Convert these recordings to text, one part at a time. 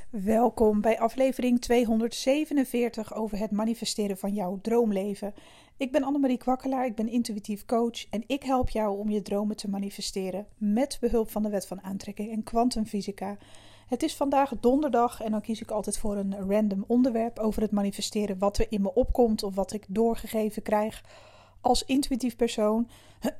Welkom bij aflevering 247 over het manifesteren van jouw droomleven. Ik ben Annemarie Kwakkelaar, ik ben intuïtief coach en ik help jou om je dromen te manifesteren met behulp van de wet van aantrekking en kwantumfysica. Het is vandaag donderdag en dan kies ik altijd voor een random onderwerp over het manifesteren wat er in me opkomt of wat ik doorgegeven krijg als intuïtief persoon.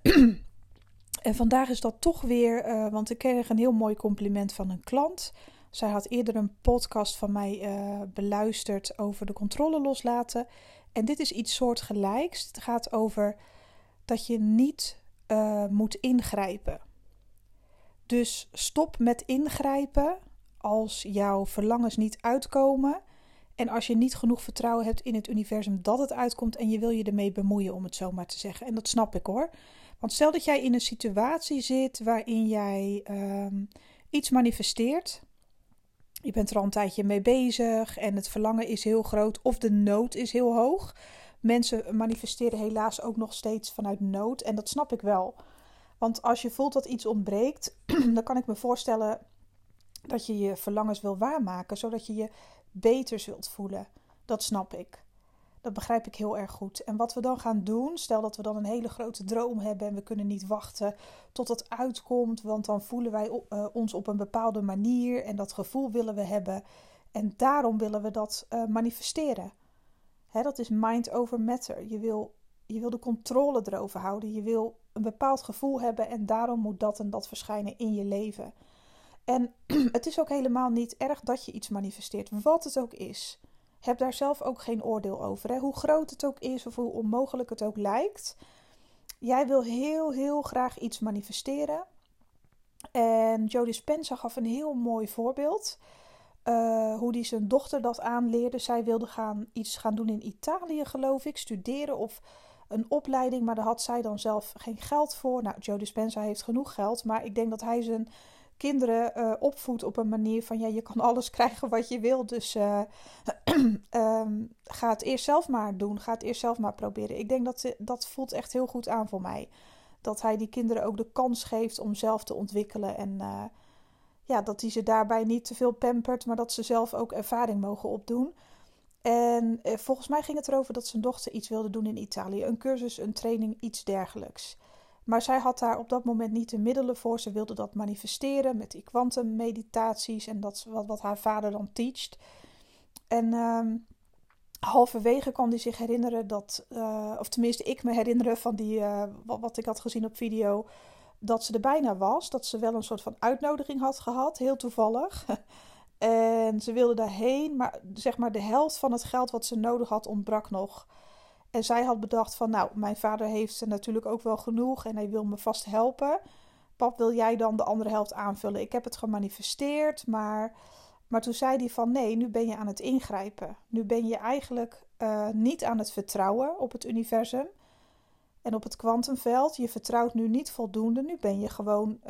En vandaag is dat toch weer, want ik kreeg een heel mooi compliment van een klant. Zij had eerder een podcast van mij beluisterd over de controle loslaten. En dit is iets soortgelijks. Het gaat over dat je niet moet ingrijpen. Dus stop met ingrijpen als jouw verlangens niet uitkomen. En als je niet genoeg vertrouwen hebt in het universum dat het uitkomt en je wil je ermee bemoeien, om het zo maar te zeggen. En dat snap ik hoor. Want stel dat jij in een situatie zit waarin jij iets manifesteert. Je bent er al een tijdje mee bezig en het verlangen is heel groot of de nood is heel hoog. Mensen manifesteren helaas ook nog steeds vanuit nood en dat snap ik wel. Want als je voelt dat iets ontbreekt, dan kan ik me voorstellen dat je je verlangens wil waarmaken, zodat je je beter zult voelen. Dat snap ik. Dat begrijp ik heel erg goed. En wat we dan gaan doen, stel dat we dan een hele grote droom hebben en we kunnen niet wachten tot het uitkomt, want dan voelen wij ons op een bepaalde manier en dat gevoel willen we hebben. En daarom willen we dat manifesteren. Dat is mind over matter. Je wil de controle erover houden. Je wil een bepaald gevoel hebben en daarom moet dat en dat verschijnen in je leven. En het is ook helemaal niet erg dat je iets manifesteert, wat het ook is. Heb daar zelf ook geen oordeel over. Hè? Hoe groot het ook is of hoe onmogelijk het ook lijkt. Jij wil heel, heel graag iets manifesteren. En Joe Dispenza gaf een heel mooi voorbeeld. Hoe die zijn dochter dat aanleerde. Zij wilde iets gaan doen in Italië, geloof ik. Studeren of een opleiding. Maar daar had zij dan zelf geen geld voor. Nou, Joe Dispenza heeft genoeg geld. Maar ik denk dat hij zijn kinderen opvoedt op een manier van je kan alles krijgen wat je wil. Dus ga het eerst zelf maar doen. Ga het eerst zelf maar proberen. Ik denk dat voelt echt heel goed aan voor mij. Dat hij die kinderen ook de kans geeft om zelf te ontwikkelen. En dat hij ze daarbij niet te veel pampert, maar dat ze zelf ook ervaring mogen opdoen. En volgens mij ging het erover dat zijn dochter iets wilde doen in Italië. Een cursus, een training, iets dergelijks. Maar zij had daar op dat moment niet de middelen voor. Ze wilde dat manifesteren met die kwantummeditaties en dat wat haar vader dan teacht. En halverwege kon hij zich herinneren dat, of tenminste ik me herinneren van wat ik had gezien op video, dat ze er bijna was. Dat ze wel een soort van uitnodiging had gehad, heel toevallig. En ze wilde daarheen, maar zeg maar de helft van het geld wat ze nodig had ontbrak nog. En zij had bedacht van, nou, mijn vader heeft natuurlijk ook wel genoeg en hij wil me vast helpen. Pap, wil jij dan de andere helft aanvullen? Ik heb het gemanifesteerd, maar toen zei hij van, nee, nu ben je aan het ingrijpen. Nu ben je eigenlijk niet aan het vertrouwen op het universum en op het kwantumveld. Je vertrouwt nu niet voldoende. Nu ben je gewoon,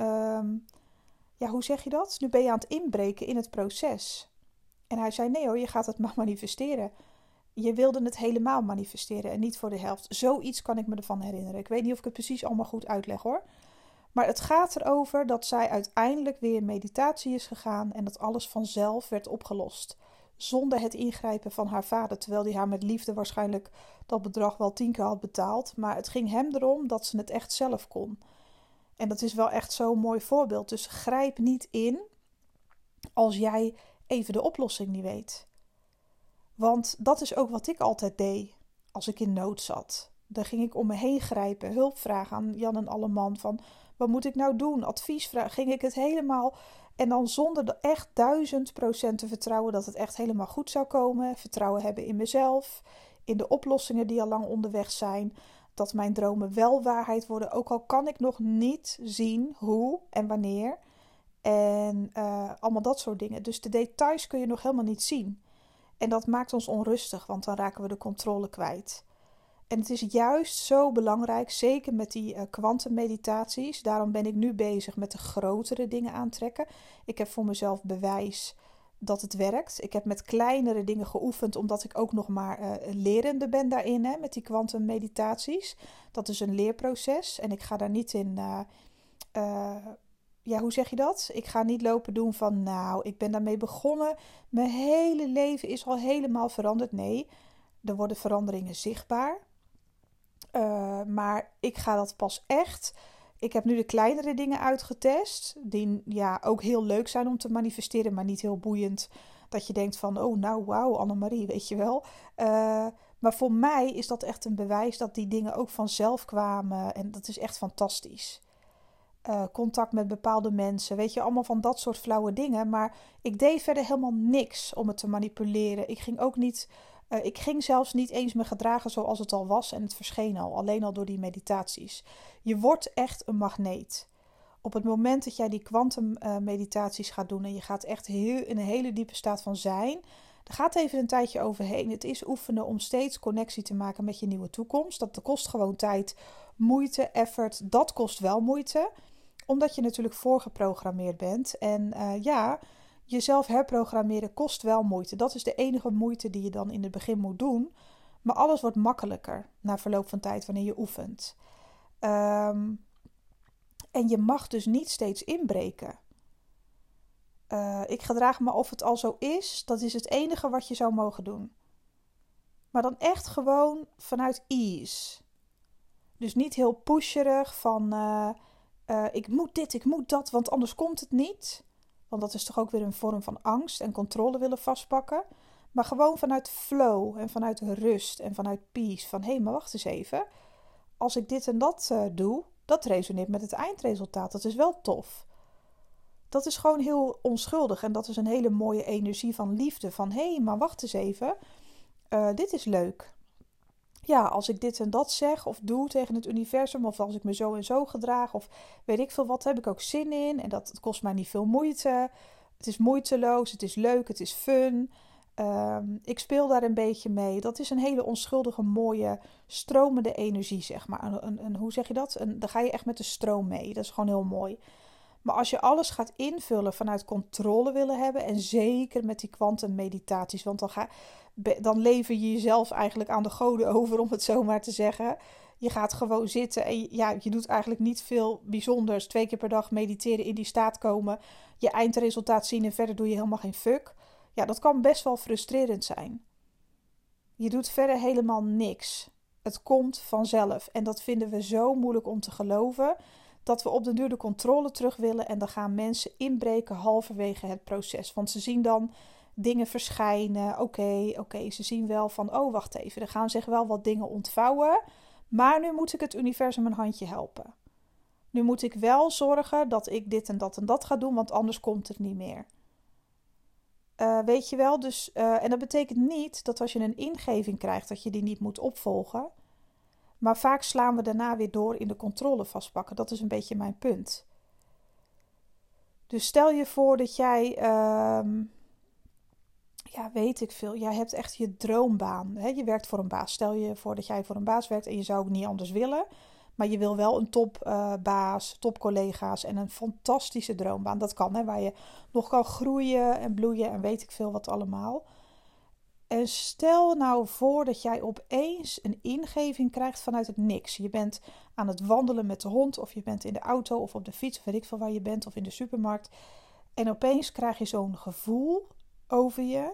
hoe zeg je dat? Nu ben je aan het inbreken in het proces. En hij zei, nee hoor, je gaat het maar manifesteren. Je wilde het helemaal manifesteren en niet voor de helft. Zoiets kan ik me ervan herinneren. Ik weet niet of ik het precies allemaal goed uitleg hoor. Maar het gaat erover dat zij uiteindelijk weer in meditatie is gegaan en dat alles vanzelf werd opgelost. Zonder het ingrijpen van haar vader, terwijl hij haar met liefde waarschijnlijk dat bedrag wel 10 keer had betaald. Maar het ging hem erom dat ze het echt zelf kon. En dat is wel echt zo'n mooi voorbeeld. Dus grijp niet in als jij even de oplossing niet weet. Want dat is ook wat ik altijd deed als ik in nood zat. Dan ging ik om me heen grijpen, hulp vragen aan Jan en Alleman van wat moet ik nou doen, advies vragen. Ging ik het helemaal en dan zonder echt 1000% te vertrouwen dat het echt helemaal goed zou komen. Vertrouwen hebben in mezelf, in de oplossingen die al lang onderweg zijn. Dat mijn dromen wel waarheid worden, ook al kan ik nog niet zien hoe en wanneer. En allemaal dat soort dingen. Dus de details kun je nog helemaal niet zien. En dat maakt ons onrustig, want dan raken we de controle kwijt. En het is juist zo belangrijk, zeker met die kwantummeditaties. Daarom ben ik nu bezig met de grotere dingen aantrekken. Ik heb voor mezelf bewijs dat het werkt. Ik heb met kleinere dingen geoefend, omdat ik ook nog maar lerende ben daarin, met die kwantummeditaties. Dat is een leerproces en ik ga daar niet in hoe zeg je dat? Ik ga niet lopen doen van, nou, ik ben daarmee begonnen. Mijn hele leven is al helemaal veranderd. Nee, er worden veranderingen zichtbaar. Maar ik ga dat pas echt. Ik heb nu de kleinere dingen uitgetest. Die ook heel leuk zijn om te manifesteren. Maar niet heel boeiend. Dat je denkt van, oh nou wauw Annemarie, weet je wel. Maar voor mij is dat echt een bewijs dat die dingen ook vanzelf kwamen. En dat is echt fantastisch. Contact met bepaalde mensen. Weet je, allemaal van dat soort flauwe dingen. Maar ik deed verder helemaal niks om het te manipuleren. Ik ging zelfs niet eens me gedragen zoals het al was en het verscheen al. Alleen al door die meditaties. Je wordt echt een magneet. Op het moment dat jij die kwantummeditaties gaat doen en je gaat echt in een hele diepe staat van zijn, er gaat even een tijdje overheen. Het is oefenen om steeds connectie te maken met je nieuwe toekomst. Dat kost gewoon tijd, moeite, effort. Dat kost wel moeite, omdat je natuurlijk voorgeprogrammeerd bent. En jezelf herprogrammeren kost wel moeite. Dat is de enige moeite die je dan in het begin moet doen. Maar alles wordt makkelijker na verloop van tijd wanneer je oefent. En je mag dus niet steeds inbreken. Ik gedraag me of het al zo is. Dat is het enige wat je zou mogen doen. Maar dan echt gewoon vanuit ease. Dus niet heel pusherig van ik moet dit, ik moet dat, want anders komt het niet. Want dat is toch ook weer een vorm van angst en controle willen vastpakken. Maar gewoon vanuit flow en vanuit rust en vanuit peace. Van hé, maar wacht eens even. Als ik dit en dat doe, dat resoneert met het eindresultaat. Dat is wel tof. Dat is gewoon heel onschuldig. En dat is een hele mooie energie van liefde. Van hé, maar wacht eens even. Dit is leuk. Ja, als ik dit en dat zeg of doe tegen het universum, of als ik me zo en zo gedraag, of weet ik veel wat, heb ik ook zin in. En dat kost mij niet veel moeite. Het is moeiteloos, het is leuk, het is fun. Ik speel daar een beetje mee. Dat is een hele onschuldige, mooie, stromende energie, zeg maar. Hoe zeg je dat? Dan ga je echt met de stroom mee. Dat is gewoon heel mooi. Maar als je alles gaat invullen vanuit controle willen hebben, en zeker met die kwantummeditaties, want dan lever je jezelf eigenlijk aan de goden over, om het zo maar te zeggen. Je gaat gewoon zitten en je doet eigenlijk niet veel bijzonders. 2 keer per dag mediteren, in die staat komen, je eindresultaat zien en verder doe je helemaal geen fuck. Ja, dat kan best wel frustrerend zijn. Je doet verder helemaal niks. Het komt vanzelf. En dat vinden we zo moeilijk om te geloven, dat we op den duur de controle terug willen. En dan gaan mensen inbreken halverwege het proces. Want ze zien dan dingen verschijnen. Oké, ze zien wel van, oh wacht even, er gaan zich wel wat dingen ontvouwen. Maar nu moet ik het universum een handje helpen. Nu moet ik wel zorgen dat ik dit en dat ga doen, want anders komt het niet meer. Weet je wel, dus, en dat betekent niet dat als je een ingeving krijgt, dat je die niet moet opvolgen. Maar vaak slaan we daarna weer door in de controle vastpakken. Dat is een beetje mijn punt. Dus stel je voor dat jij, weet ik veel, jij hebt echt je droombaan. Hè? Je werkt voor een baas. Stel je voor dat jij voor een baas werkt en je zou ook niet anders willen. Maar je wil wel een topbaas, topcollega's en een fantastische droombaan. Dat kan, hè, waar je nog kan groeien en bloeien en weet ik veel wat allemaal. En stel nou voor dat jij opeens een ingeving krijgt vanuit het niks. Je bent aan het wandelen met de hond, of je bent in de auto of op de fiets, of weet ik veel waar je bent, of in de supermarkt. En opeens krijg je zo'n gevoel over je.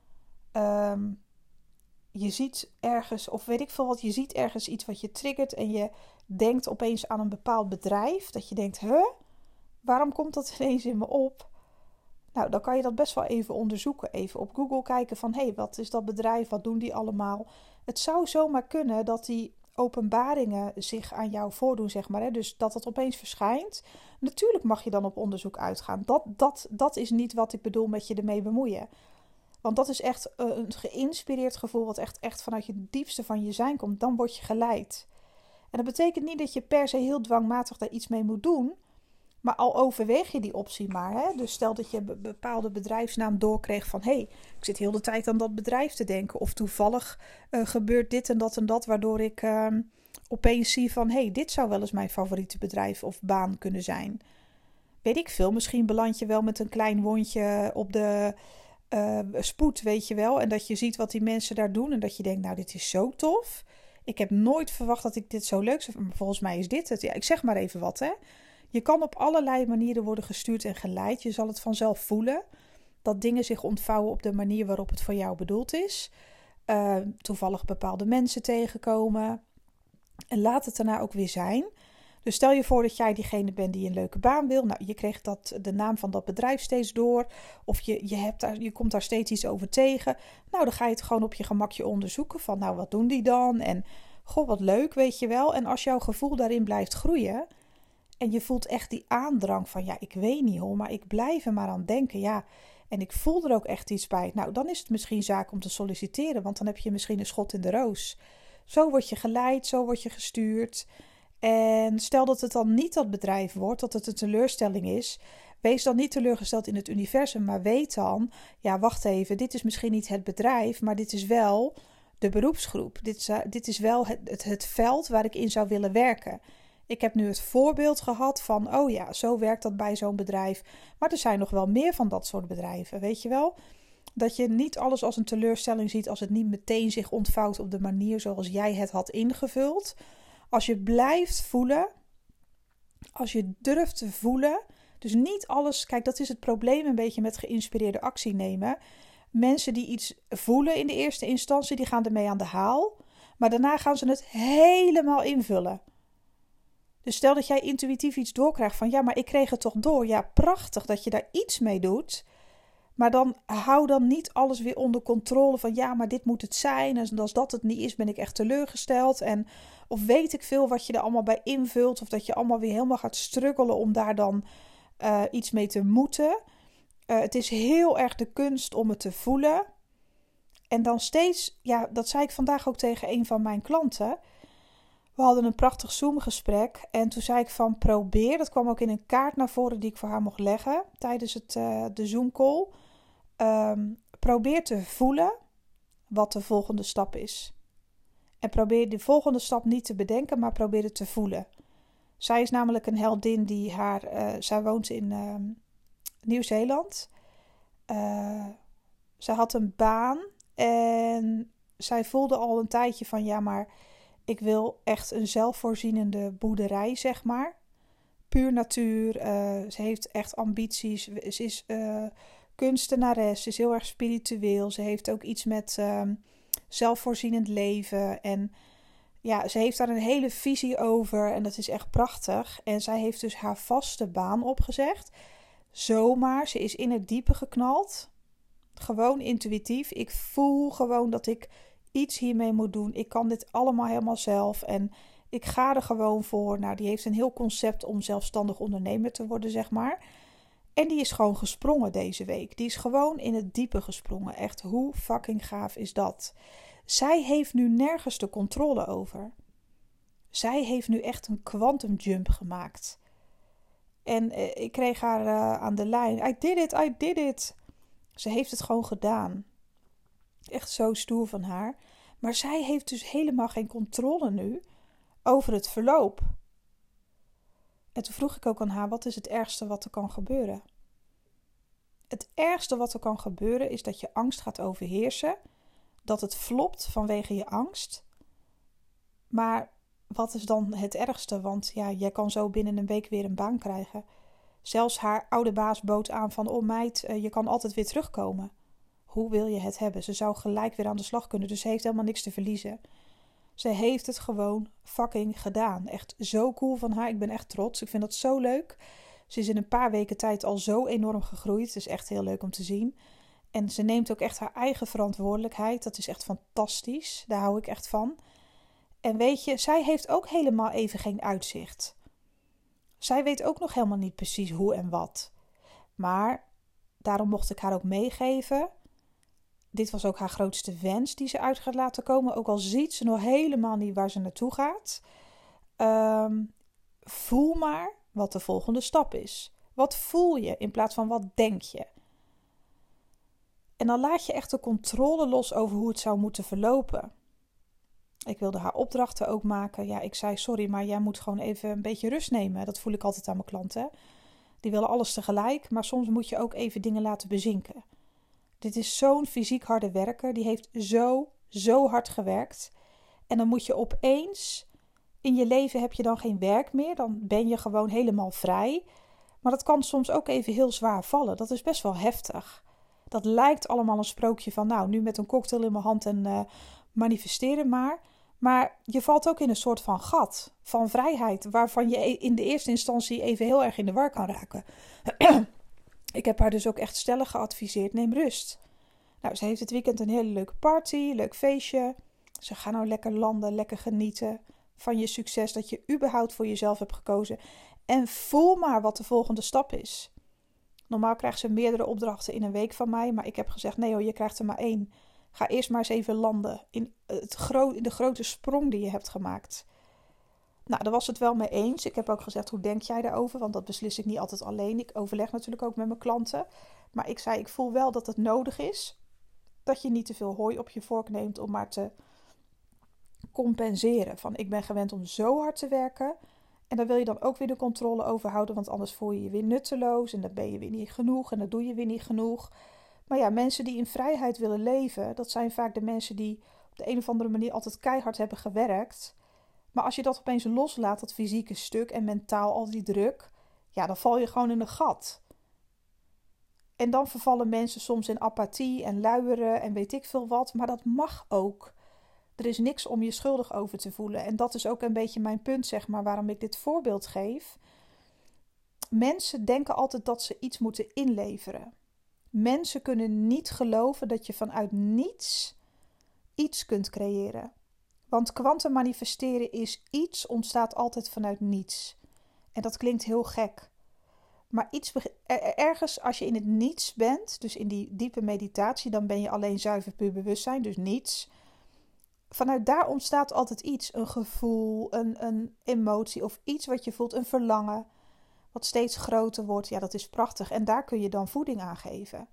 Je ziet ergens, of weet ik veel wat, je ziet ergens iets wat je triggert en je denkt opeens aan een bepaald bedrijf. Dat je denkt, waarom komt dat ineens in me op? Nou, dan kan je dat best wel even onderzoeken. Even op Google kijken van, wat is dat bedrijf? Wat doen die allemaal? Het zou zomaar kunnen dat die openbaringen zich aan jou voordoen, zeg maar. Hè? Dus dat het opeens verschijnt. Natuurlijk mag je dan op onderzoek uitgaan. Dat is niet wat ik bedoel met je ermee bemoeien. Want dat is echt een geïnspireerd gevoel wat echt vanuit je diepste van je zijn komt. Dan word je geleid. En dat betekent niet dat je per se heel dwangmatig daar iets mee moet doen. Maar al overweeg je die optie maar. Hè? Dus stel dat je een bepaalde bedrijfsnaam doorkreeg van, ik zit heel de tijd aan dat bedrijf te denken. Of toevallig gebeurt dit en dat, waardoor ik opeens zie van, dit zou wel eens mijn favoriete bedrijf of baan kunnen zijn. Weet ik veel, misschien beland je wel met een klein wondje op de spoed, weet je wel. En dat je ziet wat die mensen daar doen en dat je denkt, nou, dit is zo tof. Ik heb nooit verwacht dat ik dit zo leuk zou vinden. Maar volgens mij is dit het. Ja, ik zeg maar even wat, hè. Je kan op allerlei manieren worden gestuurd en geleid. Je zal het vanzelf voelen dat dingen zich ontvouwen op de manier waarop het voor jou bedoeld is. Toevallig bepaalde mensen tegenkomen. En laat het daarna ook weer zijn. Dus stel je voor dat jij diegene bent die een leuke baan wil. Nou, je kreeg de naam van dat bedrijf steeds door. Of je komt daar steeds iets over tegen. Nou, dan ga je het gewoon op je gemakje onderzoeken. Van nou, wat doen die dan? En goh, wat leuk, weet je wel. En als jouw gevoel daarin blijft groeien. En je voelt echt die aandrang van ja, ik weet niet hoor. Maar ik blijf er maar aan denken. Ja, en ik voel er ook echt iets bij. Nou, dan is het misschien zaak om te solliciteren. Want dan heb je misschien een schot in de roos. Zo word je geleid, zo word je gestuurd. En stel dat het dan niet dat bedrijf wordt, dat het een teleurstelling is. Wees dan niet teleurgesteld in het universum, maar weet dan, ja wacht even, dit is misschien niet het bedrijf, maar dit is wel de beroepsgroep. Dit is wel het veld waar ik in zou willen werken. Ik heb nu het voorbeeld gehad van, oh ja, zo werkt dat bij zo'n bedrijf. Maar er zijn nog wel meer van dat soort bedrijven, weet je wel? Dat je niet alles als een teleurstelling ziet als het niet meteen zich ontvouwt op de manier zoals jij het had ingevuld. Als je blijft voelen, als je durft te voelen, dus niet alles, kijk dat is het probleem een beetje met geïnspireerde actie nemen. Mensen die iets voelen in de eerste instantie, die gaan ermee aan de haal, maar daarna gaan ze het helemaal invullen. Dus stel dat jij intuïtief iets doorkrijgt van ja, maar ik kreeg het toch door. Ja, prachtig dat je daar iets mee doet. Maar dan hou dan niet alles weer onder controle van ja, maar dit moet het zijn. En als dat het niet is, ben ik echt teleurgesteld. Of weet ik veel wat je er allemaal bij invult. Of dat je allemaal weer helemaal gaat struggelen om daar dan iets mee te moeten. Het is heel erg de kunst om het te voelen. En dan steeds, ja, dat zei ik vandaag ook tegen een van mijn klanten. We hadden een prachtig Zoom-gesprek. En toen zei ik van probeer, dat kwam ook in een kaart naar voren die ik voor haar mocht leggen tijdens de Zoom-call. Probeer te voelen wat de volgende stap is. En probeer de volgende stap niet te bedenken, maar probeer het te voelen. Zij is namelijk een heldin die zij woont in Nieuw-Zeeland. Zij had een baan en zij voelde al een tijdje van ja, maar ik wil echt een zelfvoorzienende boerderij, zeg maar. Puur natuur. Ze heeft echt ambities. Ze is kunstenares. Ze is heel erg spiritueel. Ze heeft ook iets met zelfvoorzienend leven. En ja, ze heeft daar een hele visie over. En dat is echt prachtig. En zij heeft dus haar vaste baan opgezegd. Zomaar. Ze is in het diepe geknald. Gewoon intuïtief. Ik voel gewoon dat ik iets hiermee moet doen. Ik kan dit allemaal helemaal zelf. En ik ga er gewoon voor. Nou, die heeft een heel concept om zelfstandig ondernemer te worden, zeg maar. En die is gewoon gesprongen deze week. Die is gewoon in het diepe gesprongen. Echt, hoe fucking gaaf is dat? Zij heeft nu nergens de controle over. Zij heeft nu echt een quantum jump gemaakt. En ik kreeg haar aan de lijn. I did it. Ze heeft het gewoon gedaan. Echt zo stoer van haar. Maar zij heeft dus helemaal geen controle nu over het verloop. En toen vroeg ik ook aan haar, wat is het ergste wat er kan gebeuren? Het ergste wat er kan gebeuren is dat je angst gaat overheersen. Dat het flopt vanwege je angst. Maar wat is dan het ergste? Want ja, jij kan zo binnen een week weer een baan krijgen. Zelfs haar oude baas bood aan van, oh meid, je kan altijd weer terugkomen. Hoe wil je het hebben? Ze zou gelijk weer aan de slag kunnen, dus ze heeft helemaal niks te verliezen. Ze heeft het gewoon fucking gedaan. Echt zo cool van haar. Ik ben echt trots. Ik vind dat zo leuk. Ze is in een paar weken tijd al zo enorm gegroeid. Het is echt heel leuk om te zien. En ze neemt ook echt haar eigen verantwoordelijkheid. Dat is echt fantastisch. Daar hou ik echt van. En weet je, zij heeft ook helemaal even geen uitzicht. Zij weet ook nog helemaal niet precies hoe en wat. Maar daarom mocht ik haar ook meegeven. Dit was ook haar grootste wens die ze uit gaat laten komen. Ook al ziet ze nog helemaal niet waar ze naartoe gaat. Voel maar wat de volgende stap is. Wat voel je in plaats van wat denk je? En dan laat je echt de controle los over hoe het zou moeten verlopen. Ik wilde haar opdrachten ook maken. Ja, ik zei sorry, maar jij moet gewoon even een beetje rust nemen. Dat voel ik altijd aan mijn klanten. Die willen alles tegelijk, maar soms moet je ook even dingen laten bezinken. Dit is zo'n fysiek harde werker. Die heeft zo hard gewerkt. En dan moet je opeens In je leven heb je dan geen werk meer, dan ben je gewoon helemaal vrij. Maar dat kan soms ook even heel zwaar vallen. Dat is best wel heftig. Dat lijkt allemaal een sprookje van, nou, nu met een cocktail in mijn hand en manifesteren maar. Maar je valt ook in een soort van gat van vrijheid, waarvan je in de eerste instantie even heel erg in de war kan raken. Ik heb haar dus ook echt stellig geadviseerd, neem rust. Nou, ze heeft het weekend een hele leuke party, leuk feestje. Ze gaan nou lekker landen, lekker genieten van je succes, dat je überhaupt voor jezelf hebt gekozen. En voel maar wat de volgende stap is. Normaal krijgt ze meerdere opdrachten in een week van mij, maar ik heb gezegd, nee hoor, je krijgt er maar 1. Ga eerst maar eens even landen in de grote sprong die je hebt gemaakt. Nou, daar was het wel mee eens. Ik heb ook gezegd, hoe denk jij daarover? Want dat beslis ik niet altijd alleen. Ik overleg natuurlijk ook met mijn klanten. Maar ik zei, ik voel wel dat het nodig is dat je niet te veel hooi op je vork neemt om maar te compenseren. Van, ik ben gewend om zo hard te werken. En daar wil je dan ook weer de controle over houden, want anders voel je je weer nutteloos en dan ben je weer niet genoeg en dan doe je weer niet genoeg. Maar ja, mensen die in vrijheid willen leven, dat zijn vaak de mensen die op de een of andere manier altijd keihard hebben gewerkt. Maar als je dat opeens loslaat, dat fysieke stuk en mentaal al die druk, ja, dan val je gewoon in een gat. En dan vervallen mensen soms in apathie en luieren en weet ik veel wat, maar dat mag ook. Er is niks om je schuldig over te voelen. En dat is ook een beetje mijn punt, zeg maar, waarom ik dit voorbeeld geef. Mensen denken altijd dat ze iets moeten inleveren. Mensen kunnen niet geloven dat je vanuit niets iets kunt creëren. Want kwantummanifesteren is iets ontstaat altijd vanuit niets. En dat klinkt heel gek. Maar ergens als je in het niets bent, dus in die diepe meditatie, dan ben je alleen zuiver puur bewustzijn, dus niets. Vanuit daar ontstaat altijd iets. Een gevoel, een emotie of iets wat je voelt, een verlangen. Wat steeds groter wordt. Ja, dat is prachtig. En daar kun je dan voeding aan geven.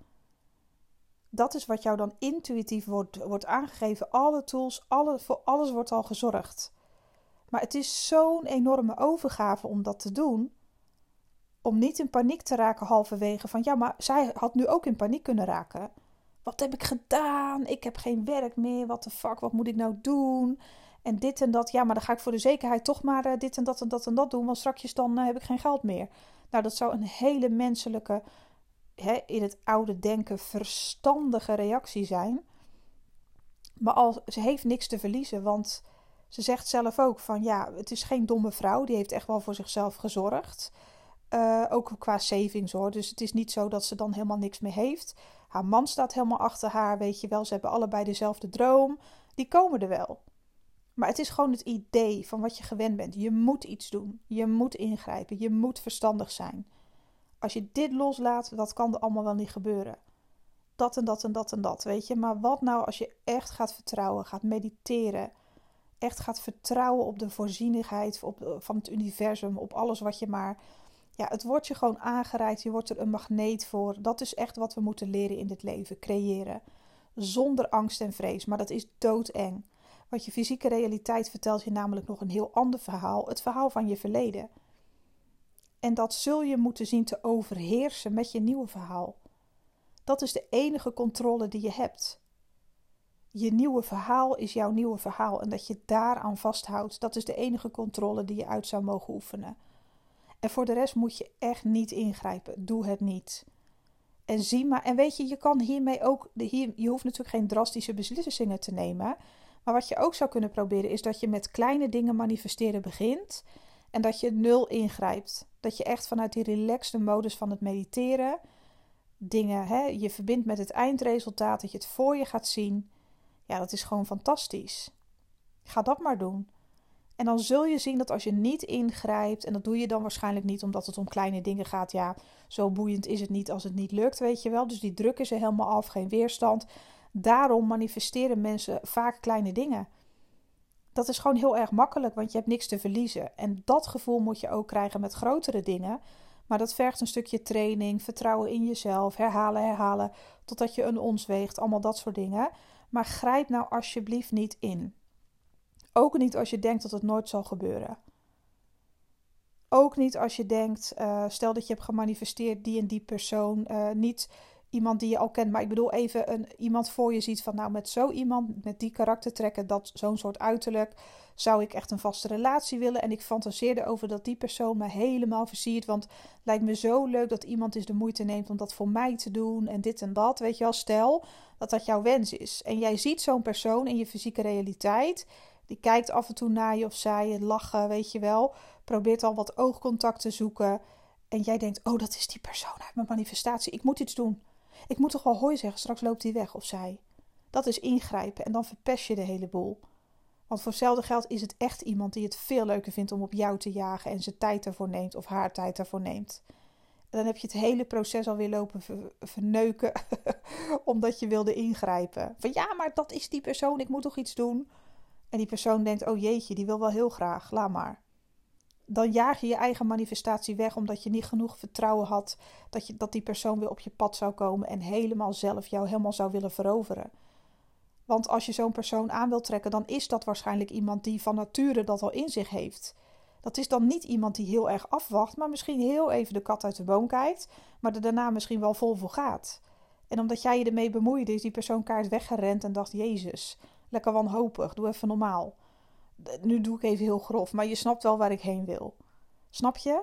Dat is wat jou dan intuïtief wordt aangegeven. Alle tools, voor alles wordt al gezorgd. Maar het is zo'n enorme overgave om dat te doen. Om niet in paniek te raken halverwege. Van ja, maar zij had nu ook in paniek kunnen raken. Wat heb ik gedaan? Ik heb geen werk meer. What the fuck? Wat moet ik nou doen? En dit en dat. Ja, maar dan ga ik voor de zekerheid toch maar dit en dat en dat en dat doen. Want straks dan heb ik geen geld meer. Nou, dat zou een hele menselijke, in het oude denken, verstandige reactie zijn. Maar ze heeft niks te verliezen. Want ze zegt zelf ook van ja, het is geen domme vrouw. Die heeft echt wel voor zichzelf gezorgd. Ook qua savings hoor. Dus het is niet zo dat ze dan helemaal niks meer heeft. Haar man staat helemaal achter haar, weet je wel. Ze hebben allebei dezelfde droom. Die komen er wel. Maar het is gewoon het idee van wat je gewend bent. Je moet iets doen. Je moet ingrijpen. Je moet verstandig zijn. Als je dit loslaat, dat kan er allemaal wel niet gebeuren. Dat en dat en dat en dat, weet je. Maar wat nou als je echt gaat vertrouwen, gaat mediteren. Echt gaat vertrouwen op de voorzienigheid van het universum. Op alles wat je maar... Ja, het wordt je gewoon aangereikt. Je wordt er een magneet voor. Dat is echt wat we moeten leren in dit leven. Creëren. Zonder angst en vrees. Maar dat is doodeng. Want je fysieke realiteit vertelt je namelijk nog een heel ander verhaal. Het verhaal van je verleden. En dat zul je moeten zien te overheersen met je nieuwe verhaal. Dat is de enige controle die je hebt. Je nieuwe verhaal is jouw nieuwe verhaal. En dat je daaraan vasthoudt. Dat is de enige controle die je uit zou mogen oefenen. En voor de rest moet je echt niet ingrijpen. Doe het niet. En zie maar. En weet je, je kan hiermee ook... je hoeft natuurlijk geen drastische beslissingen te nemen. Maar wat je ook zou kunnen proberen is dat je met kleine dingen manifesteren begint. En dat je 0 ingrijpt. Dat je echt vanuit die relaxte modus van het mediteren dingen, je verbindt met het eindresultaat. Dat je het voor je gaat zien. Ja, dat is gewoon fantastisch. Ga dat maar doen. En dan zul je zien dat als je niet ingrijpt, en dat doe je dan waarschijnlijk niet omdat het om kleine dingen gaat. Ja, zo boeiend is het niet als het niet lukt, weet je wel. Dus die druk is er helemaal af, geen weerstand. Daarom manifesteren mensen vaak kleine dingen. Dat is gewoon heel erg makkelijk, want je hebt niks te verliezen. En dat gevoel moet je ook krijgen met grotere dingen. Maar dat vergt een stukje training, vertrouwen in jezelf, herhalen, totdat je een ons weegt, allemaal dat soort dingen. Maar grijp nou alsjeblieft niet in. Ook niet als je denkt dat het nooit zal gebeuren. Ook niet als je denkt, stel dat je hebt gemanifesteerd die en die persoon niet iemand die je al kent. Maar ik bedoel even iemand voor je ziet van, nou, met zo iemand, met die karaktertrekken, dat zo'n soort uiterlijk, zou ik echt een vaste relatie willen. En ik fantaseerde erover dat die persoon me helemaal versiert. Want het lijkt me zo leuk dat iemand eens de moeite neemt om dat voor mij te doen. En dit en dat, weet je wel. Stel dat dat jouw wens is. En jij ziet zo'n persoon in je fysieke realiteit. Die kijkt af en toe naar je of zij, lachen, weet je wel. Probeert al wat oogcontact te zoeken. En jij denkt, oh, dat is die persoon uit mijn manifestatie. Ik moet iets doen. Ik moet toch wel hoi zeggen, straks loopt hij weg of zij. Dat is ingrijpen en dan verpest je de hele boel. Want voor hetzelfde geld is het echt iemand die het veel leuker vindt om op jou te jagen en zijn tijd ervoor neemt of haar tijd ervoor neemt. En dan heb je het hele proces alweer lopen verneuken omdat je wilde ingrijpen. Van ja, maar dat is die persoon, ik moet toch iets doen. En die persoon denkt, oh jeetje, die wil wel heel graag, laat maar. Dan jaag je je eigen manifestatie weg omdat je niet genoeg vertrouwen had dat die persoon weer op je pad zou komen en helemaal zelf jou helemaal zou willen veroveren. Want als je zo'n persoon aan wilt trekken, dan is dat waarschijnlijk iemand die van nature dat al in zich heeft. Dat is dan niet iemand die heel erg afwacht, maar misschien heel even de kat uit de boom kijkt, maar er daarna misschien wel vol voor gaat. En omdat jij je ermee bemoeide, is die persoon kaart weggerend en dacht, Jezus, lekker wanhopig, doe even normaal. Nu doe ik even heel grof, maar je snapt wel waar ik heen wil. Snap je?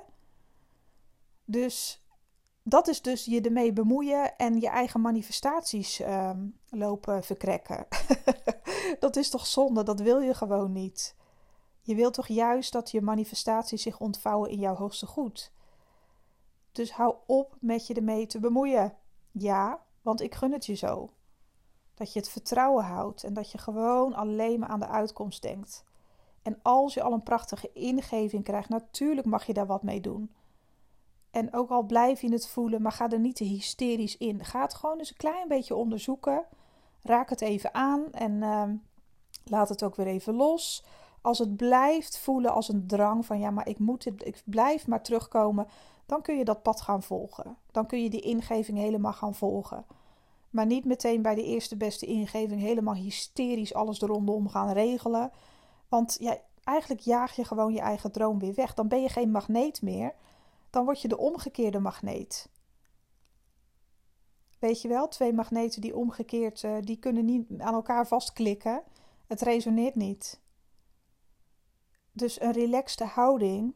Dus dat is dus je ermee bemoeien en je eigen manifestaties lopen verkrekken. Dat is toch zonde, dat wil je gewoon niet. Je wilt toch juist dat je manifestaties zich ontvouwen in jouw hoogste goed. Dus hou op met je ermee te bemoeien. Ja, want ik gun het je zo. Dat je het vertrouwen houdt en dat je gewoon alleen maar aan de uitkomst denkt. En als je al een prachtige ingeving krijgt, natuurlijk mag je daar wat mee doen. En ook al blijf je het voelen, maar ga er niet te hysterisch in. Ga het gewoon eens een klein beetje onderzoeken. Raak het even aan en laat het ook weer even los. Als het blijft voelen als een drang van ja, maar ik blijf maar terugkomen, dan kun je dat pad gaan volgen. Dan kun je die ingeving helemaal gaan volgen. Maar niet meteen bij de eerste beste ingeving helemaal hysterisch alles er rondom gaan regelen. Want ja, eigenlijk jaag je gewoon je eigen droom weer weg. Dan ben je geen magneet meer. Dan word je de omgekeerde magneet. Weet je wel, 2 magneten die omgekeerd, die kunnen niet aan elkaar vastklikken. Het resoneert niet. Dus een relaxte houding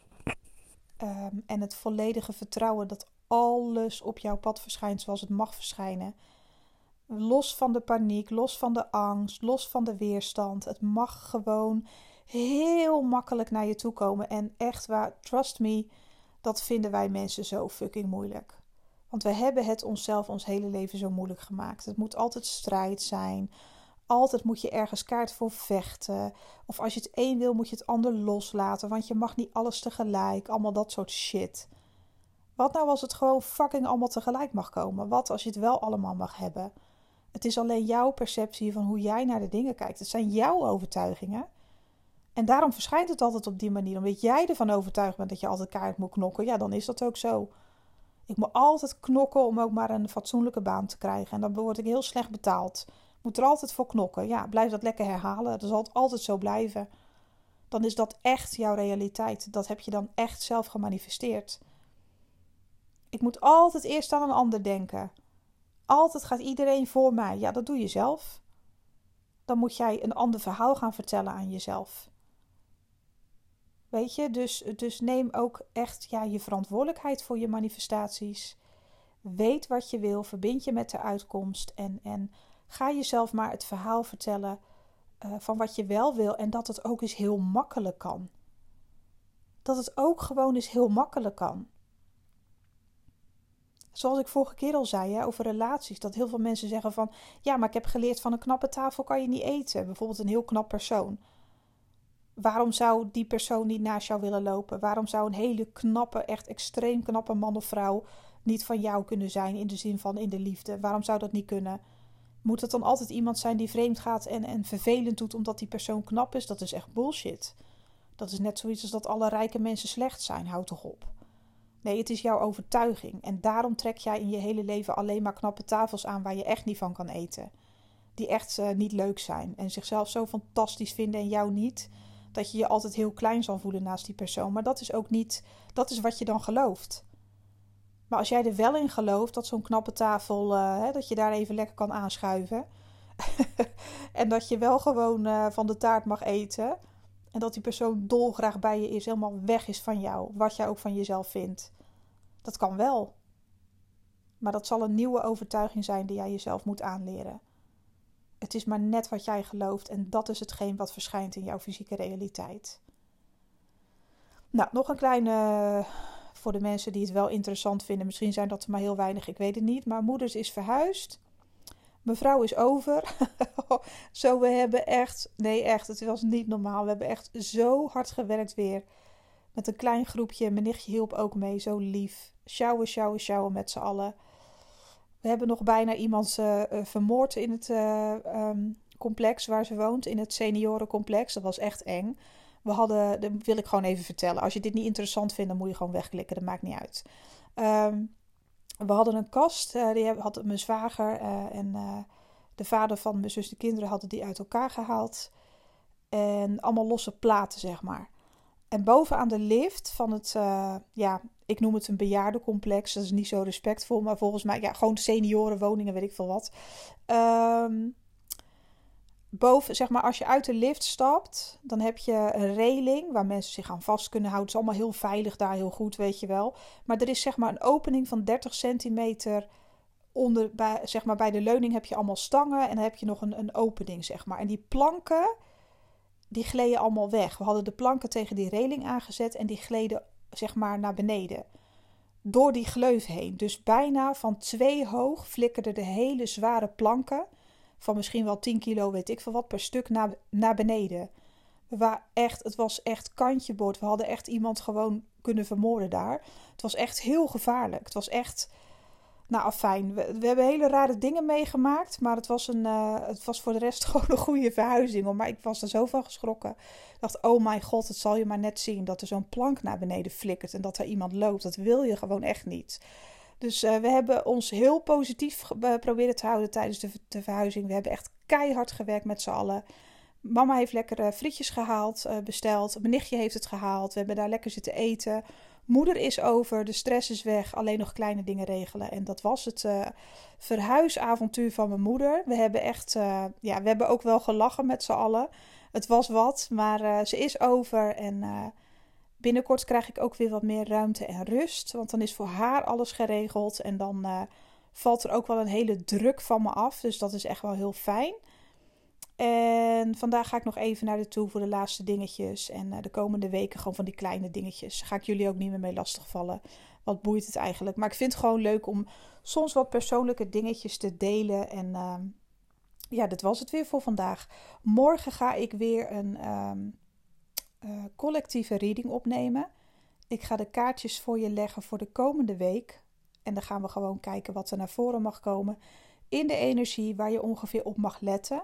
en het volledige vertrouwen dat alles op jouw pad verschijnt zoals het mag verschijnen. Los van de paniek, los van de angst, los van de weerstand. Het mag gewoon heel makkelijk naar je toe komen. En echt waar, trust me, dat vinden wij mensen zo fucking moeilijk. Want we hebben het onszelf ons hele leven zo moeilijk gemaakt. Het moet altijd strijd zijn. Altijd moet je ergens kaart voor vechten. Of als je het een wil, moet je het ander loslaten. Want je mag niet alles tegelijk. Allemaal dat soort shit. Wat nou als het gewoon fucking allemaal tegelijk mag komen? Wat als je het wel allemaal mag hebben? Het is alleen jouw perceptie van hoe jij naar de dingen kijkt. Het zijn jouw overtuigingen. En daarom verschijnt het altijd op die manier. Omdat jij ervan overtuigd bent dat je altijd kaart moet knokken. Ja, dan is dat ook zo. Ik moet altijd knokken om ook maar een fatsoenlijke baan te krijgen. En dan word ik heel slecht betaald. Moet er altijd voor knokken. Ja, blijf dat lekker herhalen. Dat zal altijd zo blijven. Dan is dat echt jouw realiteit. Dat heb je dan echt zelf gemanifesteerd. Ik moet altijd eerst aan een ander denken. Altijd gaat iedereen voor mij. Ja, dat doe je zelf. Dan moet jij een ander verhaal gaan vertellen aan jezelf. Weet je, dus neem ook echt je verantwoordelijkheid voor je manifestaties. Weet wat je wil, verbind je met de uitkomst en ga jezelf maar het verhaal vertellen van wat je wel wil en dat het ook eens heel makkelijk kan. Dat het ook gewoon eens heel makkelijk kan. Zoals ik vorige keer al zei over relaties, dat heel veel mensen zeggen van ja, maar ik heb geleerd van een knappe tafel kan je niet eten. Bijvoorbeeld een heel knap persoon. Waarom zou die persoon niet naast jou willen lopen? Waarom zou een hele knappe, echt extreem knappe man of vrouw niet van jou kunnen zijn in de zin van in de liefde? Waarom zou dat niet kunnen? Moet het dan altijd iemand zijn die vreemd gaat en vervelend doet omdat die persoon knap is? Dat is echt bullshit. Dat is net zoiets als dat alle rijke mensen slecht zijn. Houd toch op. Nee, het is jouw overtuiging. En daarom trek jij in je hele leven alleen maar knappe tafels aan waar je echt niet van kan eten. Die echt niet leuk zijn. En zichzelf zo fantastisch vinden en jou niet. Dat je je altijd heel klein zal voelen naast die persoon. Maar dat is ook niet, dat is wat je dan gelooft. Maar als jij er wel in gelooft dat zo'n knappe tafel, dat je daar even lekker kan aanschuiven. En dat je wel gewoon van de taart mag eten. En dat die persoon dolgraag bij je is, helemaal weg is van jou. Wat jij ook van jezelf vindt. Dat kan wel. Maar dat zal een nieuwe overtuiging zijn die jij jezelf moet aanleren. Het is maar net wat jij gelooft en dat is hetgeen wat verschijnt in jouw fysieke realiteit. Nou, nog een kleine voor de mensen die het wel interessant vinden. Misschien zijn dat er maar heel weinig, ik weet het niet. Maar moeders is verhuisd. Mevrouw is over. Zo, we hebben echt, nee echt, het was niet normaal. We hebben echt zo hard gewerkt weer. Met een klein groepje. Mijn nichtje hielp ook mee, zo lief. Sjouwen met z'n allen. We hebben nog bijna iemand vermoord in het complex waar ze woont. In het seniorencomplex. Dat was echt eng. We hadden, dat wil ik gewoon even vertellen. Als je dit niet interessant vindt, dan moet je gewoon wegklikken. Dat maakt niet uit. We hadden een kast. Die had mijn zwager en de vader van mijn zus, de kinderen, hadden die uit elkaar gehaald. En allemaal losse platen, zeg maar. En bovenaan de lift van het, ik noem het een bejaardencomplex. Dat is niet zo respectvol, maar volgens mij, gewoon seniorenwoningen, weet ik veel wat. Boven, zeg maar, als je uit de lift stapt, dan heb je een reling waar mensen zich aan vast kunnen houden. Het is allemaal heel veilig daar, heel goed, weet je wel. Maar er is zeg maar een opening van 30 centimeter onder, bij de leuning heb je allemaal stangen en dan heb je nog een opening, zeg maar. En die planken, die gleden allemaal weg. We hadden de planken tegen die reling aangezet en die gleden, zeg maar, naar beneden. Door die gleuf heen. Dus bijna van 2 hoog flikkerden de hele zware planken van misschien wel 10 kilo, weet ik veel wat, per stuk naar beneden. Het was echt kantje boord. We hadden echt iemand gewoon kunnen vermoorden daar. Het was echt heel gevaarlijk. Het was echt, fijn. We hebben hele rare dingen meegemaakt, maar het was voor de rest gewoon een goede verhuizing. Maar ik was er zo van geschrokken. Ik dacht, oh mijn god, het zal je maar net zien dat er zo'n plank naar beneden flikkert en dat er iemand loopt. Dat wil je gewoon echt niet. Dus we hebben ons heel positief proberen te houden tijdens de verhuizing. We hebben echt keihard gewerkt met z'n allen. Mama heeft lekkere frietjes gehaald, besteld. Mijn nichtje heeft het gehaald. We hebben daar lekker zitten eten. Moeder is over, de stress is weg. Alleen nog kleine dingen regelen. En dat was het verhuisavontuur van mijn moeder. We hebben echt, we hebben ook wel gelachen met z'n allen. Het was wat, maar ze is over en binnenkort krijg ik ook weer wat meer ruimte en rust. Want dan is voor haar alles geregeld. En dan valt er ook wel een hele druk van me af. Dus dat is echt wel heel fijn. En vandaag ga ik nog even naar de toe voor de laatste dingetjes. En de komende weken gewoon van die kleine dingetjes. Ga ik jullie ook niet meer mee lastigvallen. Wat boeit het eigenlijk? Maar ik vind het gewoon leuk om soms wat persoonlijke dingetjes te delen. En dit was het weer voor vandaag. Morgen ga ik weer een collectieve reading opnemen. Ik ga de kaartjes voor je leggen voor de komende week. En dan gaan we gewoon kijken wat er naar voren mag komen. In de energie waar je ongeveer op mag letten.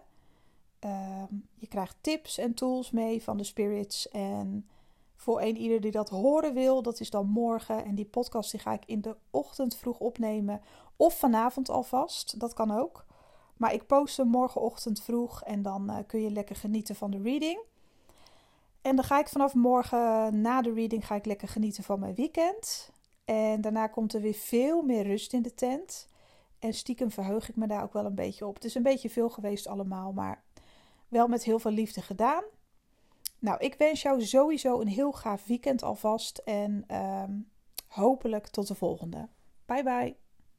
Je krijgt tips en tools mee van de spirits. En voor ieder die dat horen wil, dat is dan morgen. En die podcast die ga ik in de ochtend vroeg opnemen. Of vanavond alvast, dat kan ook. Maar ik post hem morgenochtend vroeg. En dan kun je lekker genieten van de reading. En dan ga ik vanaf morgen na de reading ga ik lekker genieten van mijn weekend. En daarna komt er weer veel meer rust in de tent. En stiekem verheug ik me daar ook wel een beetje op. Het is een beetje veel geweest allemaal, maar wel met heel veel liefde gedaan. Nou, ik wens jou sowieso een heel gaaf weekend alvast. En hopelijk tot de volgende. Bye bye.